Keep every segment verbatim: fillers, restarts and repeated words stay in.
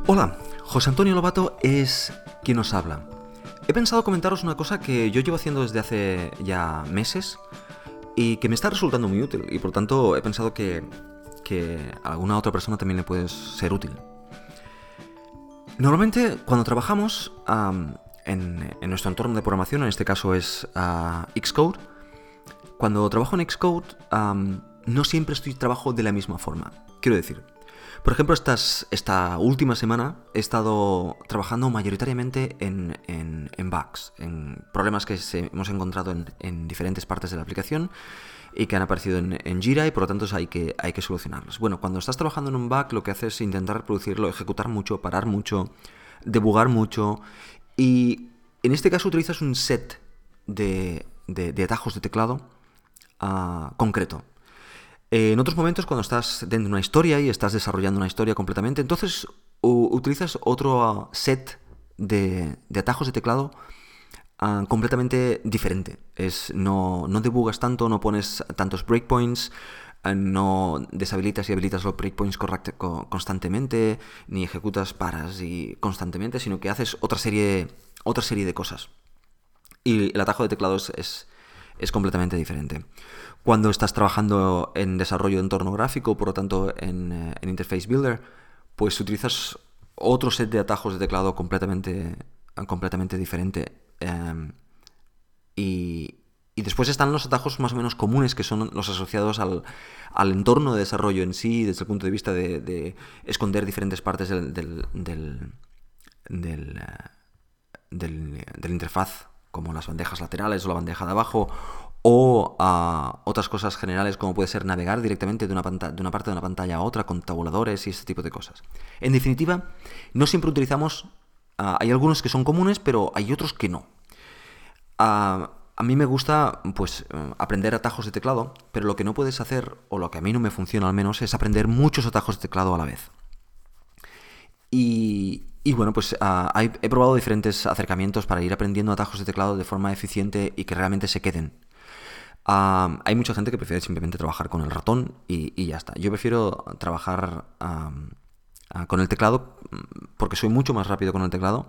Hola, José Antonio Lobato es quien os habla. He pensado comentaros una cosa que yo llevo haciendo desde hace ya meses y que me está resultando muy útil, y por tanto he pensado que, que a alguna otra persona también le puede ser útil. Normalmente cuando trabajamos um, en, en nuestro entorno de programación, en este caso es uh, Xcode, cuando trabajo en Xcode um, no siempre estoy trabajo de la misma forma. Quiero decir, por ejemplo, estas, esta última semana he estado trabajando mayoritariamente en, en, en bugs, en problemas que se, hemos encontrado en, en diferentes partes de la aplicación y que han aparecido en, en Jira, y por lo tanto hay que, hay que solucionarlos. Bueno, cuando estás trabajando en un bug, lo que haces es intentar reproducirlo, ejecutar mucho, parar mucho, debugar mucho, y en este caso utilizas un set de, de, de atajos de teclado uh, concreto. En otros momentos, cuando estás dentro de una historia y estás desarrollando una historia completamente, entonces u- utilizas otro set de, de atajos de teclado uh, completamente diferente. Es, no, no debugas tanto, no pones tantos breakpoints, uh, no deshabilitas y habilitas los breakpoints correct- co- constantemente, ni ejecutas paras y constantemente, sino que haces otra serie, otra serie de cosas. Y el atajo de teclado es, es, es completamente diferente. Cuando estás trabajando en desarrollo de entorno gráfico, por lo tanto en, en Interface Builder, pues utilizas otro set de atajos de teclado completamente, completamente diferente. Eh, y, y después están los atajos más o menos comunes, que son los asociados al, al entorno de desarrollo en sí, desde el punto de vista de, de esconder diferentes partes del, del, del, del, del, del interfaz, como las bandejas laterales o la bandeja de abajo, o uh, otras cosas generales como puede ser navegar directamente de una, panta- de una parte de una pantalla a otra con tabuladores y ese tipo de cosas. En definitiva, no siempre utilizamos... Uh, hay algunos que son comunes, pero hay otros que no. Uh, a mí me gusta pues aprender atajos de teclado, pero lo que no puedes hacer, o lo que a mí no me funciona al menos, es aprender muchos atajos de teclado a la vez. Y, y bueno, pues uh, hay, he probado diferentes acercamientos para ir aprendiendo atajos de teclado de forma eficiente y que realmente se queden. Uh, hay mucha gente que prefiere simplemente trabajar con el ratón y, y ya está. Yo prefiero trabajar um, uh, con el teclado porque soy mucho más rápido con el teclado,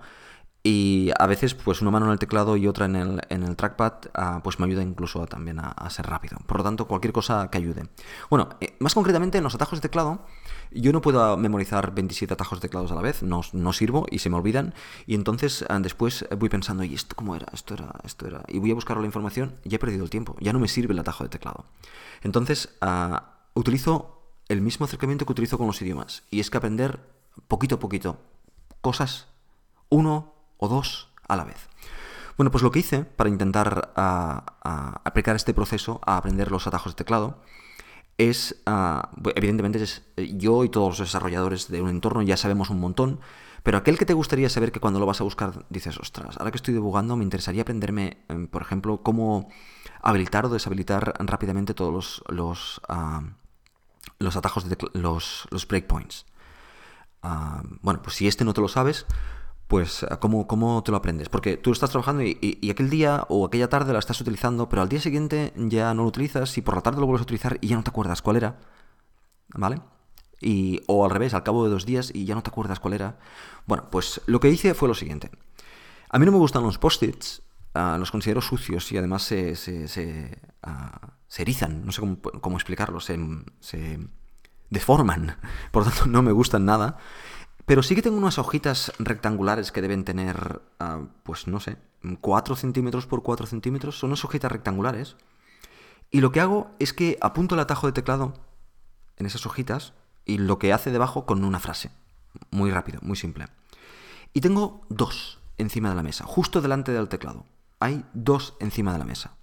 y a veces pues una mano en el teclado y otra en el, en el trackpad uh, pues me ayuda incluso también a, a ser rápido. Por lo tanto, cualquier cosa que ayude. Bueno, eh, más concretamente en los atajos de teclado, yo no puedo memorizar veintisiete atajos de teclados a la vez, no, no sirvo y se me olvidan, y entonces uh, después voy pensando, ¿y esto cómo era? Esto era, esto era... Y voy a buscar la información y he perdido el tiempo, ya no me sirve el atajo de teclado. Entonces, uh, utilizo el mismo acercamiento que utilizo con los idiomas, y es que aprender poquito a poquito cosas, uno o dos a la vez. Bueno, pues lo que hice para intentar uh, uh, aplicar este proceso a aprender los atajos de teclado es, uh, evidentemente, es, yo y todos los desarrolladores de un entorno ya sabemos un montón, pero aquel que te gustaría saber, que cuando lo vas a buscar dices, ostras, ahora que estoy debugando me interesaría aprenderme, eh, por ejemplo, cómo habilitar o deshabilitar rápidamente todos los, los, uh, los atajos de tecl- los, los breakpoints. Uh, bueno, pues si este no te lo sabes, pues ¿cómo, cómo te lo aprendes? Porque tú estás trabajando y, y, y aquel día o aquella tarde la estás utilizando, pero al día siguiente ya no lo utilizas, y por la tarde lo vuelves a utilizar y ya no te acuerdas cuál era, ¿vale? Y, o al revés, al cabo de dos días y ya no te acuerdas cuál era. Bueno, pues lo que hice fue lo siguiente. A mí no me gustan los post-its, uh, los considero sucios y además se, se, se, uh, se erizan, no sé cómo, cómo explicarlo, se, se deforman, por lo tanto no me gustan nada. Pero sí que tengo unas hojitas rectangulares que deben tener, uh, pues no sé, cuatro centímetros por cuatro centímetros. Son unas hojitas rectangulares. Y lo que hago es que apunto el atajo de teclado en esas hojitas y lo que hace debajo con una frase. Muy rápido, muy simple. Y tengo dos encima de la mesa, justo delante del teclado. Hay dos encima de la mesa.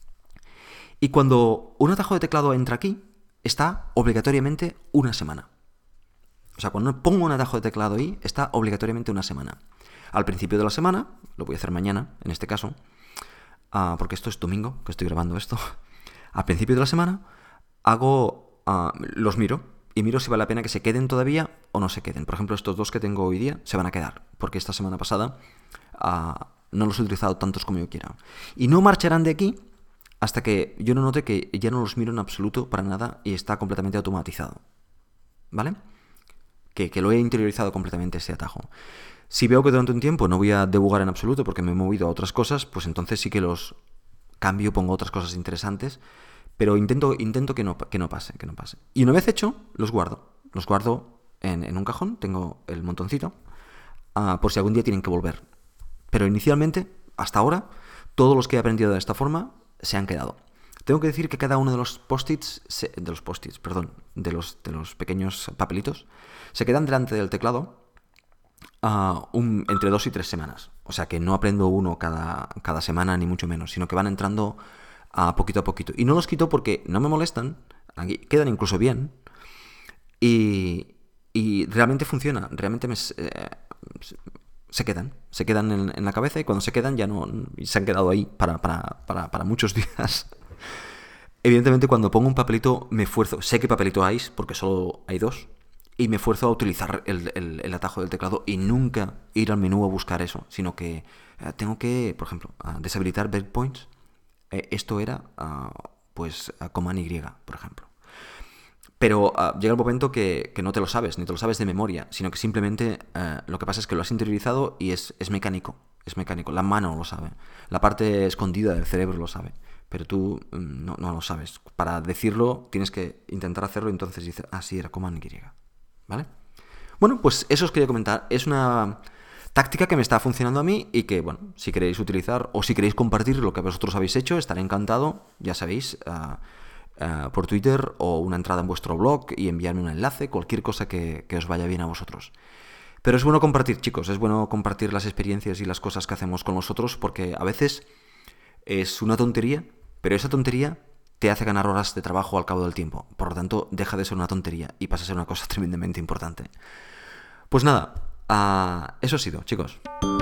Y cuando un atajo de teclado entra aquí, está obligatoriamente una semana. O sea, cuando pongo un atajo de teclado ahí, está obligatoriamente una semana. Al principio de la semana, lo voy a hacer mañana, en este caso, uh, porque esto es domingo, que estoy grabando esto. Al principio de la semana, hago, uh, los miro, y miro si vale la pena que se queden todavía o no se queden. Por ejemplo, estos dos que tengo hoy día se van a quedar, porque esta semana pasada uh, no los he utilizado tantos como yo quiera. Y no marcharán de aquí hasta que yo no note que ya no los miro en absoluto para nada y está completamente automatizado. ¿Vale? que, que lo he interiorizado completamente ese atajo. Si veo que durante un tiempo no voy a debugar en absoluto porque me he movido a otras cosas, pues entonces sí que los cambio, pongo otras cosas interesantes, pero intento, intento que, no, que no pase, que no pase. Y una vez hecho, los guardo. Los guardo en, en un cajón, tengo el montoncito, uh, por si algún día tienen que volver. Pero inicialmente, hasta ahora, todos los que he aprendido de esta forma se han quedado. Tengo que decir que cada uno de los post-its, se, de los post-its, perdón, de los, de los pequeños papelitos, se quedan delante del teclado uh, un, entre dos y tres semanas. O sea que no aprendo uno cada, cada semana, ni mucho menos, sino que van entrando uh, poquito a poquito. Y no los quito porque no me molestan, aquí quedan incluso bien, y, y realmente funciona, realmente me... Eh, se quedan, se quedan en, en la cabeza y cuando se quedan ya no, se han quedado ahí para, para, para, para muchos días. Evidentemente cuando pongo un papelito me esfuerzo, sé qué papelito hay porque solo hay dos y me esfuerzo a utilizar el, el, el atajo del teclado y nunca ir al menú a buscar eso, sino que eh, tengo que, por ejemplo, uh, deshabilitar breakpoints. Eh, esto era uh, pues uh, Command Y, por ejemplo. Pero uh, llega el momento que, que no te lo sabes, ni te lo sabes de memoria, sino que simplemente uh, lo que pasa es que lo has interiorizado y es, es mecánico, es mecánico. La mano lo sabe, la parte escondida del cerebro lo sabe, pero tú um, no, no lo sabes. Para decirlo tienes que intentar hacerlo y entonces dices, ah, sí, era Command Y, ¿vale? Bueno, pues eso os quería comentar. Es una táctica que me está funcionando a mí y que, bueno, si queréis utilizar o si queréis compartir lo que vosotros habéis hecho, estaré encantado, ya sabéis... Uh, Uh, por Twitter o una entrada en vuestro blog y enviarme un enlace, cualquier cosa que, que os vaya bien a vosotros. Pero es bueno compartir, chicos, es bueno compartir las experiencias y las cosas que hacemos con nosotros porque a veces es una tontería, pero esa tontería te hace ganar horas de trabajo al cabo del tiempo. Por lo tanto, deja de ser una tontería y pasa a ser una cosa tremendamente importante. Pues nada, uh, eso ha sido, chicos.